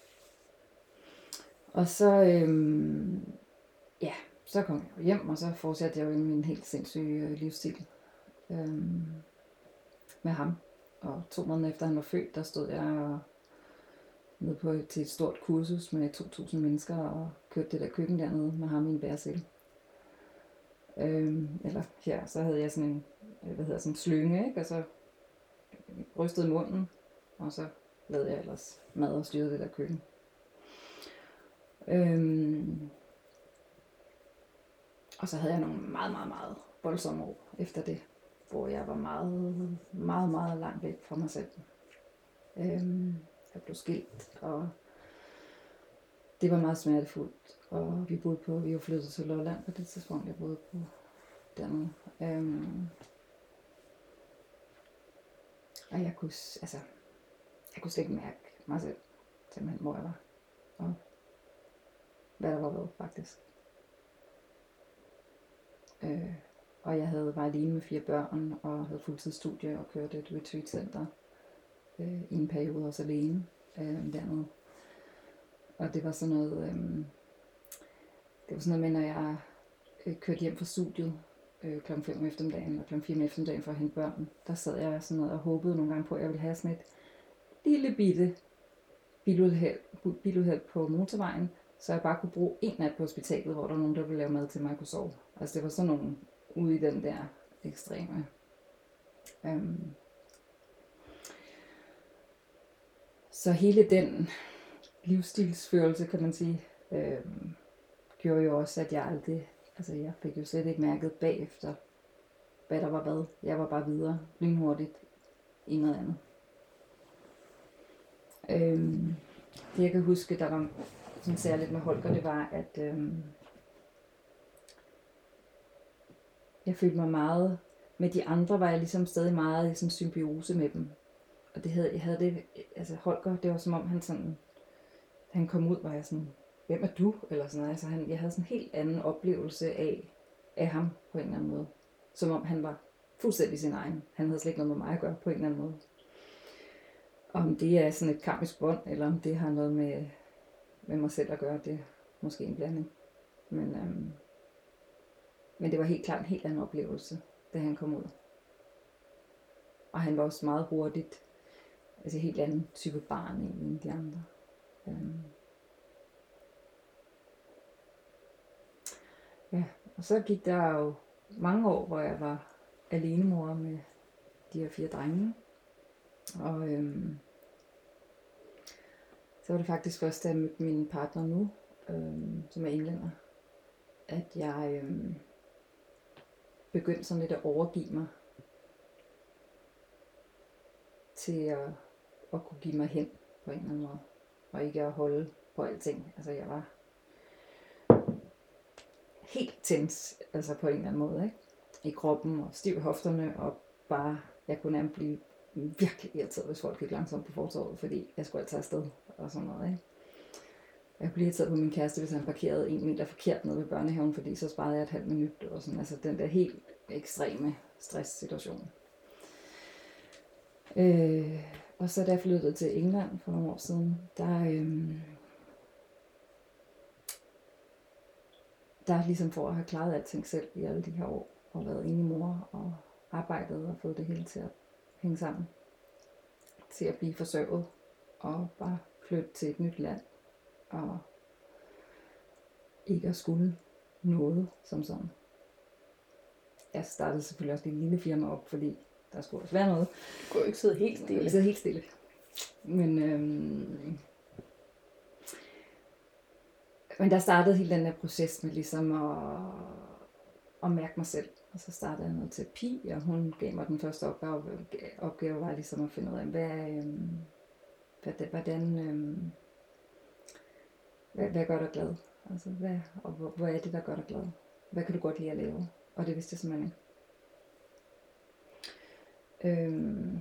og så, øhm, ja, så kom jeg hjem, og så fortsatte jeg jo i min helt sindssyge øh, livsstil øhm, med ham. Og to måneder efter han var født, der stod jeg og, nede på til et stort kursus med to tusind mennesker og kørte det der køkken dernede med ham i en bæresæl. Øhm, eller her, så havde jeg sådan en, hvad hedder sådan en slynge, ikke? Og så rystede munden, og så lavede jeg ellers mad og styrede det der køkken. Øhm, og så havde jeg nogle meget, meget, meget voldsomme år efter det, hvor jeg var meget, meget, meget langt væk fra mig selv. Øhm, jeg blev skilt, og det var meget smertefuldt, og vi boede på, vi var flyttet til Lolland på det tidspunkt, jeg boede på dernede. Øhm, og jeg kunne, altså, jeg kunne slet ikke mærke mig selv, simpelthen hvor jeg var, og hvad der var ved, faktisk. Øh, og jeg havde var alene med fire børn, og havde fuldtidsstudie og kørte et retreat-center øh, i en periode også alene øh, dernede. Og det var sådan noget, øh, det var sådan noget med, når jeg øh, kørte hjem fra studiet øh, klokken fem om eftermiddagen og klokken fire om eftermiddagen for at hente børn, der sad jeg sådan noget og håbede nogle gange på, at jeg ville have sådan et lille bitte biluheld, biluheld på motorvejen, så jeg bare kunne bruge en nat på hospitalet, hvor der var nogen, der ville lave mad til mig, og kunne sove. Altså det var sådan nogle ude i den der ekstreme. Um, så hele den livsstilsførelse, kan man sige, øhm, gjorde jo også, at jeg aldrig, altså jeg fik jo slet ikke mærket bagefter, hvad der var hvad. Jeg var bare videre, lynhurtigt, i noget andet. Øhm, det jeg kan huske, der var sådan særligt med Holger, det var, at øhm, jeg følte mig meget, med de andre var jeg ligesom stadig meget i sådan symbiose med dem. Og det havde, jeg havde det, altså Holger, det var som om han sådan, han kom ud, var jeg sådan, hvem er du? Eller sådan noget. Altså han, jeg havde sådan en helt anden oplevelse af, af ham på en eller anden måde. Som om han var fuldstændig sin egen. Han havde slet ikke noget med mig at gøre på en eller anden måde. Om det er sådan et karmisk bånd, eller om det har noget med, med mig selv at gøre, det er måske en blanding. Men, øhm, men det var helt klart en helt anden oplevelse, da han kom ud. Og han var også meget hurtigt, altså en helt anden type barn end de andre. Øhm. Ja, og så gik der jo mange år, hvor jeg var alenemor med de her fire drenge. Og øhm, så var det faktisk først, da jeg mødte min partner nu, øhm, som er englænder, at jeg øhm, begyndte sådan lidt at overgive mig til at, at kunne give mig hen på en eller anden måde. Og ikke at holde på alting. Altså jeg var helt tens, altså på en eller anden måde, ikke? I kroppen og stiv i hofterne, og bare, jeg kunne nærmest blive virkelig irriteret, hvis folk gik langsomt på fortovet, fordi jeg skulle altid afsted og sådan noget, ikke? Jeg kunne blive irriteret på min kæreste, hvis han parkerede en meter forkert nede ved børnehaven, fordi så sparede jeg et halvt minut, og sådan, altså den der helt ekstreme stresssituation. Øh, og så da jeg flyttede til England for nogle år siden, der, øh, der ligesom for at have klaret alting selv i alle de her år, og været enig mor, og arbejdet og fået det hele til at hænge sammen, til at blive forsørget, og bare flytte til et nyt land, og ikke at skulle noget som sådan. Jeg startede selvfølgelig også et lille firma op, fordi der skulle også være noget. Du kunne jo ikke sidde helt stille. Jeg sidder helt stille. Men, øhm, men der startede hele den her proces med ligesom at, at mærke mig selv. Og så startede jeg noget terapi, og hun gav mig den første opgave. Opgave var ligesom at finde ud af, hvad, øhm, hvad, hvordan, øhm, hvad, hvad gør dig glad? Altså, hvad, og hvor, hvor er det, der gør dig glad? Hvad kan du godt lide at lave? Og det vidste jeg simpelthen ikke. Øhm,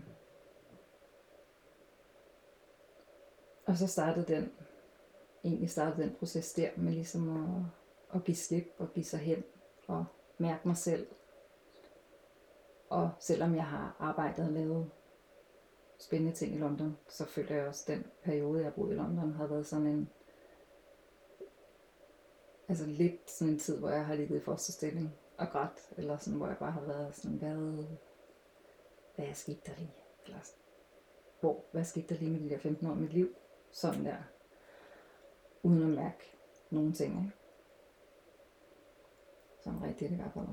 og så startede den, egentlig startede den proces der, med ligesom at, at give slip og give sig hen og mærke mig selv. Og selvom jeg har arbejdet og lavet spændende ting i London, så føler jeg også, at den periode, jeg boede i London, har været sådan en, altså lidt sådan en tid, hvor jeg har ligget i fosterstilling og grædt, eller sådan, hvor jeg bare har været sådan, hvad, hvad er sket der lige? Eller, hvor, hvad skete der lige med de der femten år i mit liv? Sådan der, uden at mærke nogen ting, ikke? Sådan rigtigt det i hvert fald.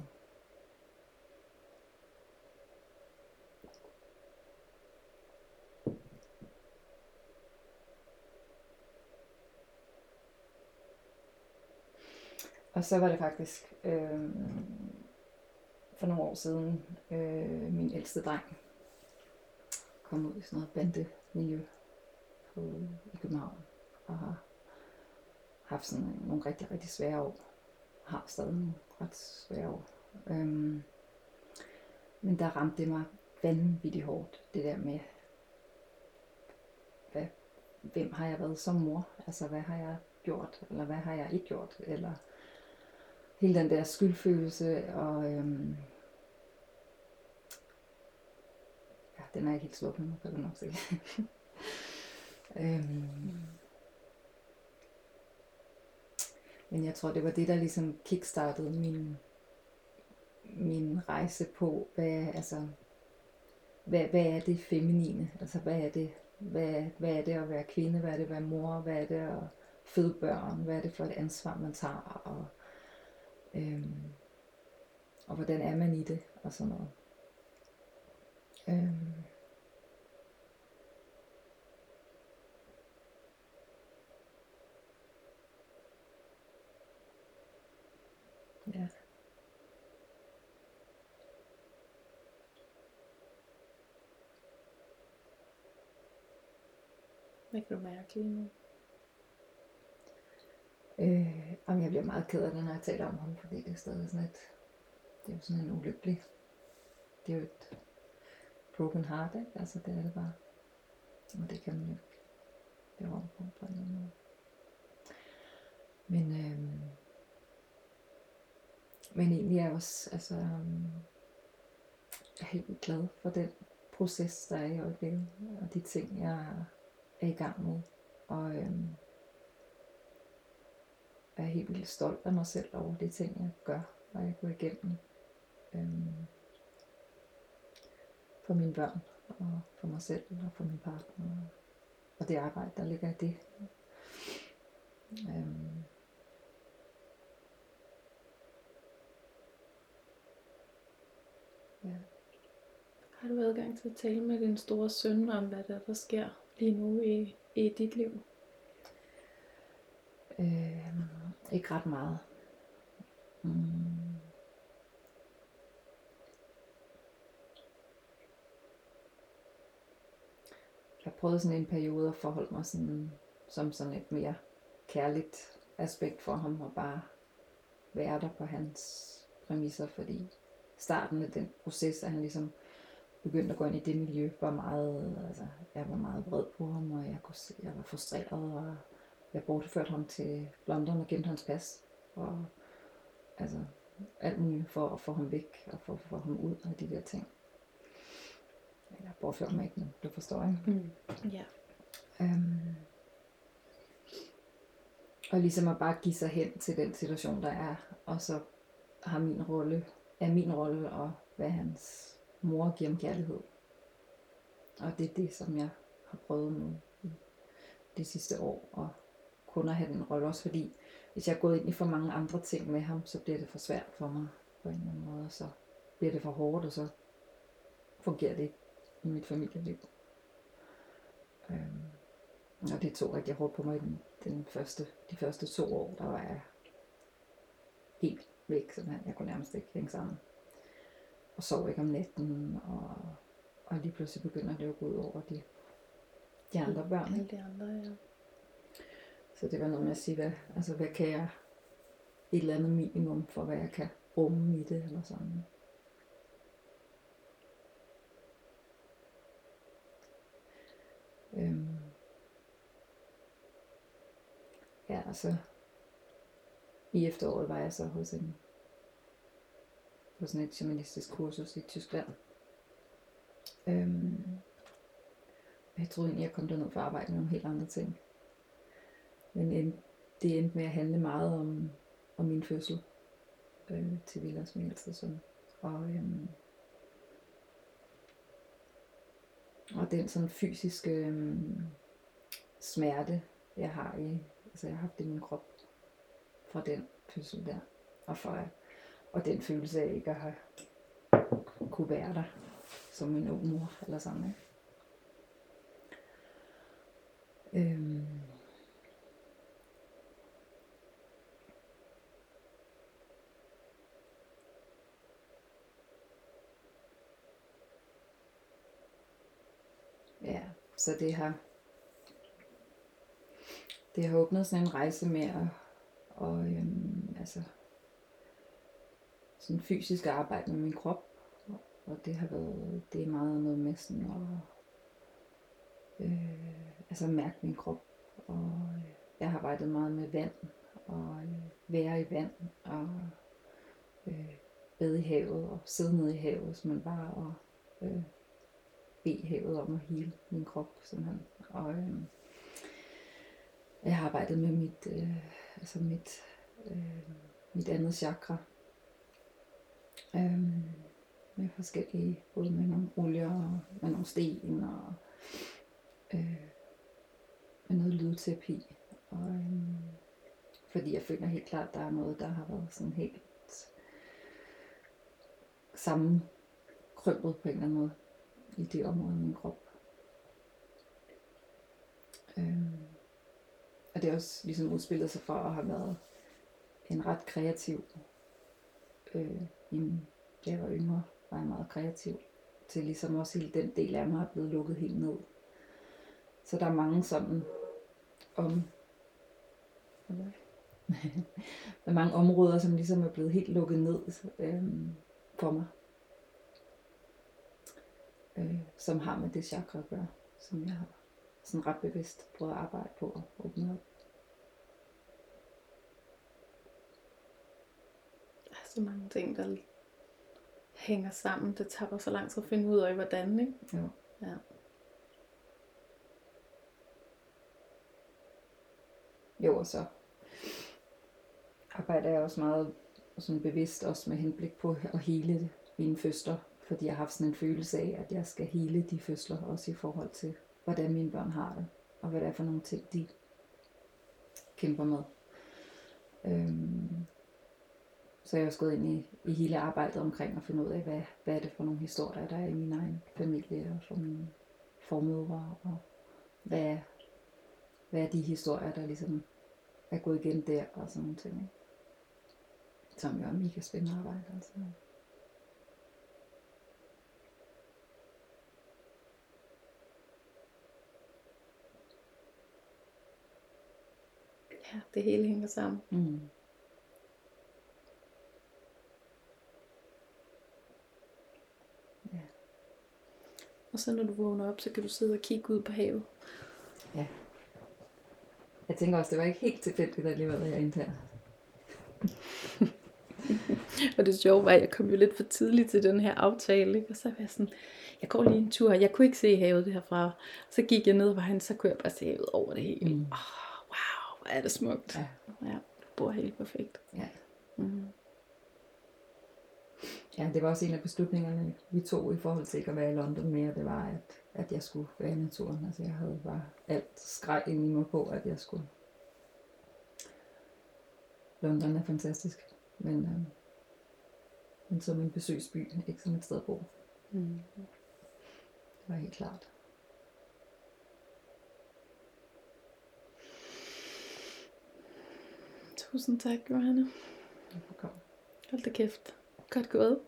Og så var det faktisk øh, for nogle år siden, øh, min ældste dreng kom ud i sådan noget bandemiljø på, i København, og har haft sådan nogle rigtig, rigtig svære år. Har stadig nogle ret svære år. Øhm, men der ramte det mig vanvittigt hårdt, det der med, hvad, hvem har jeg været som mor? Altså, hvad har jeg gjort, eller hvad har jeg ikke gjort? Eller hele den der skyldfølelse, og øhm, ja, den er ikke helt slukket nu, kan du nok se. øhm, men jeg tror, det var det, der ligesom kickstartede min, min rejse på, hvad, altså, hvad, hvad er det feminine? Altså, hvad er det, hvad, hvad er det at være kvinde? Hvad er det at være mor? Hvad er det at føde børn? Hvad er det for et ansvar, man tager? Og Øhm, og hvordan er man i det og sådan noget. Øhm. Ja. Hvad kan du mærke lige nu? Øh, og jeg bliver meget ked af det, når jeg taler om ham, fordi det er stadig sådan et, det er jo sådan en ulykkelig, det er jo et broken heart, ikke? Altså det er det bare, og det kan man jo ikke lave om på på en eller anden måde. Men, øhm, men egentlig er jeg også, altså, øhm, jeg er helt vildt glad for den proces, der er i øjeblikket, og de ting, jeg er i gang med, og øhm, jeg er helt vildt stolt af mig selv over de ting, jeg gør, og jeg går igennem. Øhm, for mine børn, og for mig selv, og for min partner, og det arbejde, der ligger i det. Øhm. Ja. Har du adgang til at tale med din store søn om, hvad der, der sker lige nu i, i dit liv? Øhm, ikke ret meget. Mm. Jeg prøvede sådan en periode at forholde mig sådan, som sådan et mere kærligt aspekt for ham, og bare være der på hans præmisser, fordi starten af den proces, at han ligesom begyndte at gå ind i det miljø, var meget, altså jeg var meget vred på ham, og jeg kunne se, jeg var frustreret, og jeg bortførte ham til London og gemte hans pas, og altså alt muligt for at få ham væk, og for at få ham ud af de der ting. Jeg bortførte mig ikke, men du forstår, ikke? Mm. Ja. Øhm, og ligesom at bare give sig hen til den situation, der er, og så har min rolle, er min rolle at være hans mor og give ham kærlighed. Og det er det, som jeg har prøvet nu i det sidste år, og kun at have den rolle, også fordi hvis jeg er gået ind i for mange andre ting med ham, så bliver det for svært for mig på en eller anden måde, så bliver det for hårdt, og så fungerer det ikke i mit familieliv. Øhm, og det tog rigtig hårdt på mig den, den første, de første to år, der var jeg helt væk, simpelthen. Jeg kunne nærmest ikke hænge sammen. Og sov ikke om natten, og, og lige pludselig begynder det at gå ud over de, de andre børn. Alle de andre, ja. Så det var noget med at sige, hvad, altså, hvad kan jeg, et eller andet minimum for, hvad jeg kan rumme i det, eller sådan. Øhm. Ja, altså, i efteråret var jeg så hos en, på sådan et journalistisk kursus i Tyskland. Øhm. Jeg troede egentlig, jeg kom derned for at arbejde med nogle helt andre ting. Men det endte med at handle meget om, om min fødsel øh, til Vilas, min ældste søn. Og, øhm, og den sådan fysiske øhm, smerte, jeg har i, altså jeg har haft i min krop fra den fødsel der. Og, fra, og den følelse af ikke at have kunne være der som min ung mor eller sådan, ikke? Øhm. Ja, så det har det har åbnet sådan en rejse med at og, øhm, altså sådan fysisk arbejde med min krop, og det har været det er meget noget med sådan at øh, altså mærke min krop, og jeg har arbejdet meget med vand og øh, være i vand og øh, bade i havet og sidde nede i havet, så man bare og øh, bede havet om at hele min krop simpelthen. Og øh, jeg har arbejdet med mit øh, altså mit øh, mit andet chakra øh, med forskellige, både med nogle olier og med nogle sten og øh, med noget lydterapi. Og øh, fordi jeg føler helt klart, at der er noget, der har været sådan helt sammenkrøbet på en eller anden måde i det område af min krop. Øhm, og det er også ligesom udspillet sig for at have været en ret kreativ. Øh, i, da jeg var yngre, var jeg meget kreativ. Til ligesom også hele den del af mig er blevet lukket helt ned. Så der er mange sådan om... Okay. Der er mange områder, som ligesom er blevet helt lukket ned øhm, for mig. Øh, som har med det chakra at gøre, som jeg har sådan ret bevidst prøvet at arbejde på at åbne op. Der er så mange ting, der hænger sammen. Det tager så lang tid at finde ud af, hvordan, ikke? Jo. Ja. Jo, og så arbejder jeg også meget sådan bevidst også med henblik på at hele mine fødsler, fordi jeg har haft sådan en følelse af, at jeg skal hele de fødsler, også i forhold til, hvordan mine børn har det, og hvad det er for nogle ting, de kæmper med. Øhm, så jeg har også gået ind i, i hele arbejdet omkring at finde ud af, hvad, hvad er det for nogle historier, der er i min egen familie, og for mine formødre, og hvad er, hvad er de historier, der ligesom er gået igen der, og sådan nogle ting, ikke? Som jo er mega spændende arbejde, altså. Ja, det hele hænger sammen. Mm. Ja. Og så når du vågner op, så kan du sidde og kigge ud på havet. Ja. Jeg tænker også, det var ikke helt tilfældigt alligevel, at jeg endte her. Og det sjove var, at jeg kom jo lidt for tidligt til den her aftale, ikke? Og så var jeg sådan, jeg går lige en tur, jeg kunne ikke se havet derfra. Så gik jeg ned ad vejen, så kunne jeg bare se havet over det hele. Mm. Oh, wow, hvor er det smukt. Ja. Ja, du bor helt perfekt. Ja. Mm. Ja, det var også en af beslutningerne, vi tog i forhold til ikke at være i London mere. Det var, at, at jeg skulle være i naturen. Altså jeg havde bare alt skreg ind i mig på, at jeg skulle London er fantastisk, men, øh, men som en besøgsby, ikke som et sted at bo. Mm. Det var helt klart. Tusind tak, Johanne. Velkommen. Hold da kæft. Godt gået.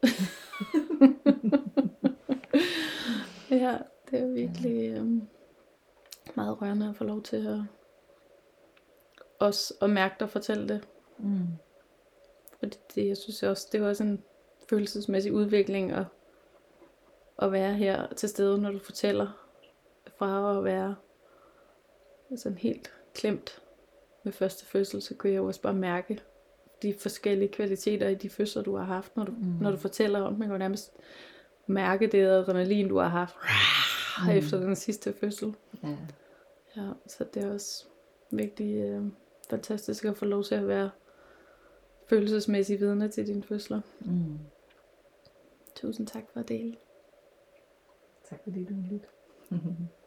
Ja, det er virkelig øhm, meget rørende at få lov til at også at mærke dig og fortælle det. Mm. Fordi det, jeg synes også, det var også en følelsesmæssig udvikling at, at være her til stede, når du fortæller, fra at være sådan helt klemt med første fødsel, så kunne jeg jo også bare mærke de forskellige kvaliteter i de fødsler, du har haft, når du, mm. når du fortæller om. Man kan jo nærmest mærke det adrenalin, du har haft mm. efter den sidste fødsel. Ja. Ja, så det er også virkelig øh, fantastisk at få lov til at være følelsesmæssig vidne til dine fødsler. Mm. Tusind tak for at dele. Tak fordi du lyttede.